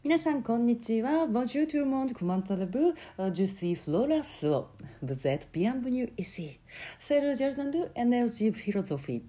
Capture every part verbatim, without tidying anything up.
皆さんこんにちは。Bonjour tout le monde, comment allez-vous? Je suis Flora So. Vous êtes bienvenue ici. C'est le jardin de énergie philosophie.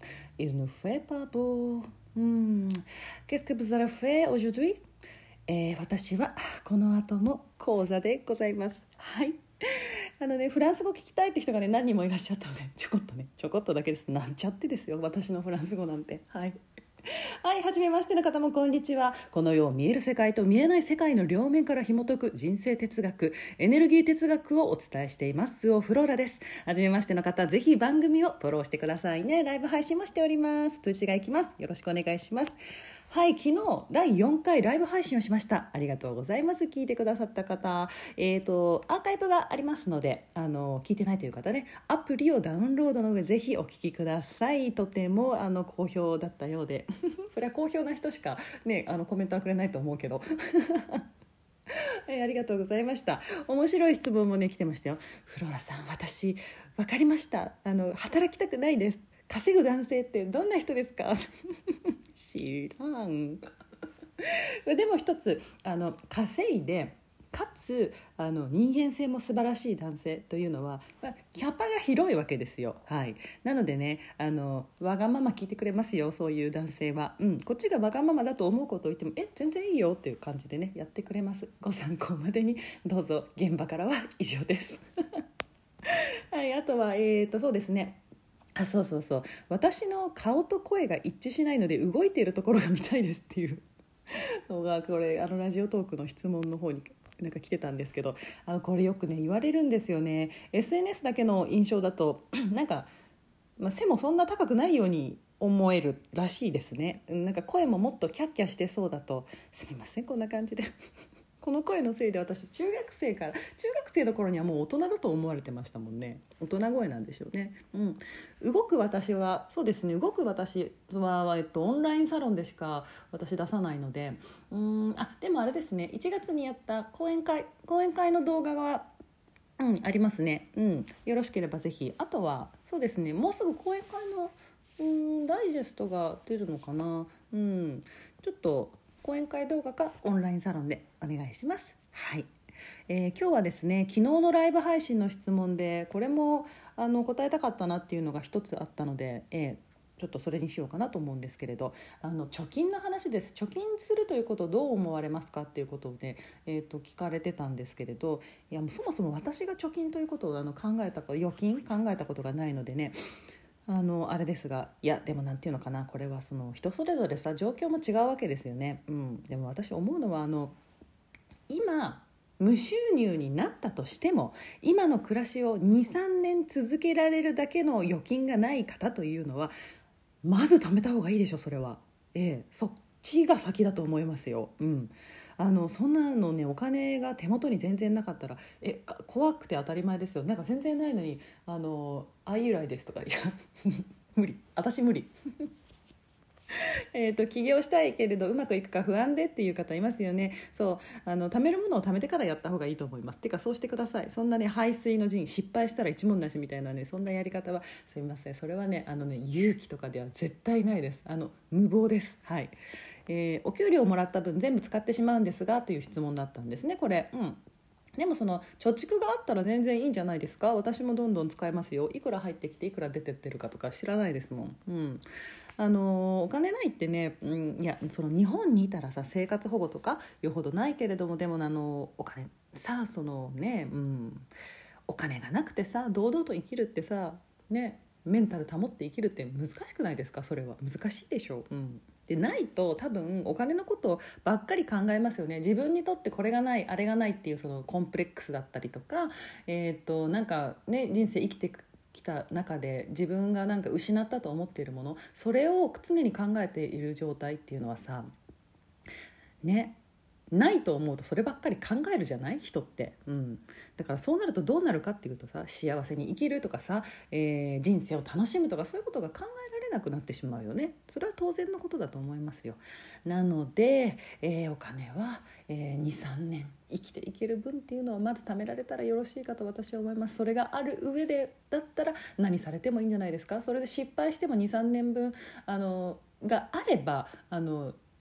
Il ne fait pas beau. Hmm. Qu'est-ce que vous avez fait aujourd'hui? えー、私はこの後も講座でございます。はい。あのね、フランス語聞きたいって人がね何人もいらっしゃったのでちょこっとねちょこっとだけです。なんちゃってですよ、私のフランス語なんて。はい。はい、初めましての方もこんにちは。この世を見える世界と見えない世界の両面から紐解く人生哲学、エネルギー哲学をお伝えしていますスオフローラです。初めましての方、ぜひ番組をフォローしてくださいね。ライブ配信もしております。通知がいきます。よろしくお願いします。はい、昨日だいよんかいライブ配信をしました。ありがとうございます。聞いてくださった方、えーとアーカイブがありますので、あの聞いてないという方ね、アプリをダウンロードの上ぜひお聞きください。とてもあの好評だったようでそれは好評な人しか、ね、あのコメントはくれないと思うけどえありがとうございました。面白い質問もね来てましたよ。フローラさん、私分かりました。あの働きたくないです。稼ぐ男性ってどんな人ですか知らんでも一つ、あの稼いでかつあの人間性も素晴らしい男性というのは、まあ、キャパが広いわけですよ。はい、なのでね、あのわがまま聞いてくれますよ、そういう男性は。うん、こっちがわがままだと思うことを言ってもえ全然いいよっていう感じでねやってくれます。ご参考までにどうぞ。現場からは以上ですはい、あとはえーとそうですね、あ、そうそうそう、私の顔と声が一致しないので動いているところが見たいですっていうのが、これあのラジオトークの質問の方になんか来てたんですけど、あのこれよくね言われるんですよね。 エスエヌエス だけの印象だとなんか、まあ、背もそんな高くないように思えるらしいですね。なんか声ももっとキャッキャしてそうだと、すみませんこんな感じでこの声のせいで私中学生から中学生の頃にはもう大人だと思われてましたもんね。大人声なんでしょうね。うん、動く私はそうですね、動く私は、えっと、オンラインサロンでしか私出さないので、うーんあでもあれですね、いちがつにやった講演会講演会の動画がうん、ありますね。うん、よろしければぜひ。あとはそうですね、もうすぐ講演会のうんダイジェストが出るのかな。うん、ちょっと講演会動画かオンラインサロンでお願いします。はい。えー今日はですね、昨日のライブ配信の質問でこれもあの答えたかったなっていうのが一つあったので、えーちょっとそれにしようかなと思うんですけれど、あの貯金の話です。貯金するということをどう思われますかっていうことをね、えー、と聞かれてたんですけれど、いやもうそもそも私が貯金ということをあの考えたか預金考えたことがないのでね、あのあれですが、いやでもなんていうのかな、これはその人それぞれさ状況も違うわけですよね。うん、でも私思うのは、あの今無収入になったとしても今の暮らしを にさんねん続けられるだけの預金がない方というのはまず貯めた方がいいでしょ。それは、ええ、そっちが先だと思いますよ。うん、あのそんなのね、お金が手元に全然なかったらえか怖くて当たり前ですよ。なんか全然ないのにあの愛由来ですとか、いや無理、私無理えーと起業したいけれどうまくいくか不安でっていう方いますよね。そうあの貯めるものを貯めてからやった方がいいと思います。てかそうしてください。そんなね排水の陣失敗したら一文なしみたいなね、そんなやり方はすみません、それはねあのね勇気とかでは絶対ないです。あの無謀です。はい、えーお給料をもらった分全部使ってしまうんですがという質問だったんですね、これ。うんでもその貯蓄があったら全然いいんじゃないですか。私もどんどん使えますよ。いくら入ってきていくら出てってるかとか知らないですもん。うん、あのお金ないってね、うん、いやその日本にいたらさ生活保護とかよほどないけれども、でもあのお金さそのね、うん、お金がなくてさ堂々と生きるってさね、メンタル保って生きるって難しくないですか。それは難しいでしょう。うんでないと多分お金のことばっかり考えますよね。自分にとってこれがないあれがないっていうそのコンプレックスだったりとか、えー、となんかね人生生きてきた中で自分がなんか失ったと思っているもの、それを常に考えている状態っていうのはさね、ないと思うとそればっかり考えるじゃない人って、うん、だからそうなるとどうなるかっていうとさ、幸せに生きるとかさ、えー人生を楽しむとかそういうことが考えられなくなってしまうよね。それは当然のことだと思いますよ。なので、えーお金は、えー、にさんねん生きていける分っていうのはまず貯められたらよろしいかと私は思います。それがある上でだったら何されてもいいんじゃないですか。それで失敗してもにさんねんぶんあのがあればあの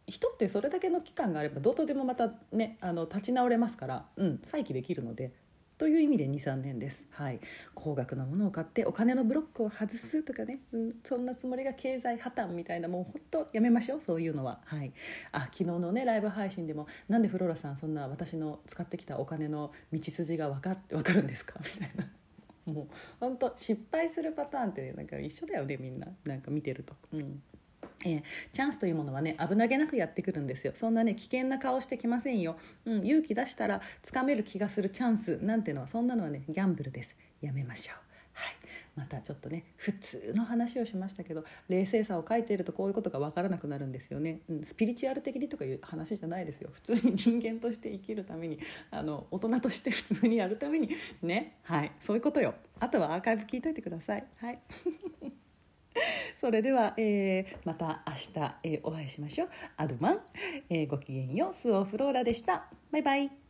人ってそれだけの期間があればどうとでもまたねあの立ち直れますから、うん、再起できるのでという意味で にさんねんです、はい、高額なものを買ってお金のブロックを外すとかね、うん、そんなつもりが経済破綻みたいなもう本当やめましょうそういうのは、はい、あ昨日のねライブ配信でもなんでフローラさんそんな私の使ってきたお金の道筋が分か、分かるんですかみたいなもう本当失敗するパターンってなんか一緒だよねみんななんか見てると、うんえー、チャンスというものはね危なげなくやってくるんですよ。そんなね危険な顔してきませんよ、うん、勇気出したらつかめる気がするチャンスなんてのはそんなのはねギャンブルです。やめましょう。はい、またちょっとね普通の話をしましたけど冷静さを書いているとこういうことが分からなくなるんですよね、うん、スピリチュアル的にとかいう話じゃないですよ。普通に人間として生きるためにあの大人として普通にやるためにね、はい、そういうことよ。あとはアーカイブ聞いといてください。はいそれでは、えー、また明日、えー、お会いしましょう。アドマン、えー、ごきげんよう。スオフローラでした。バイバイ。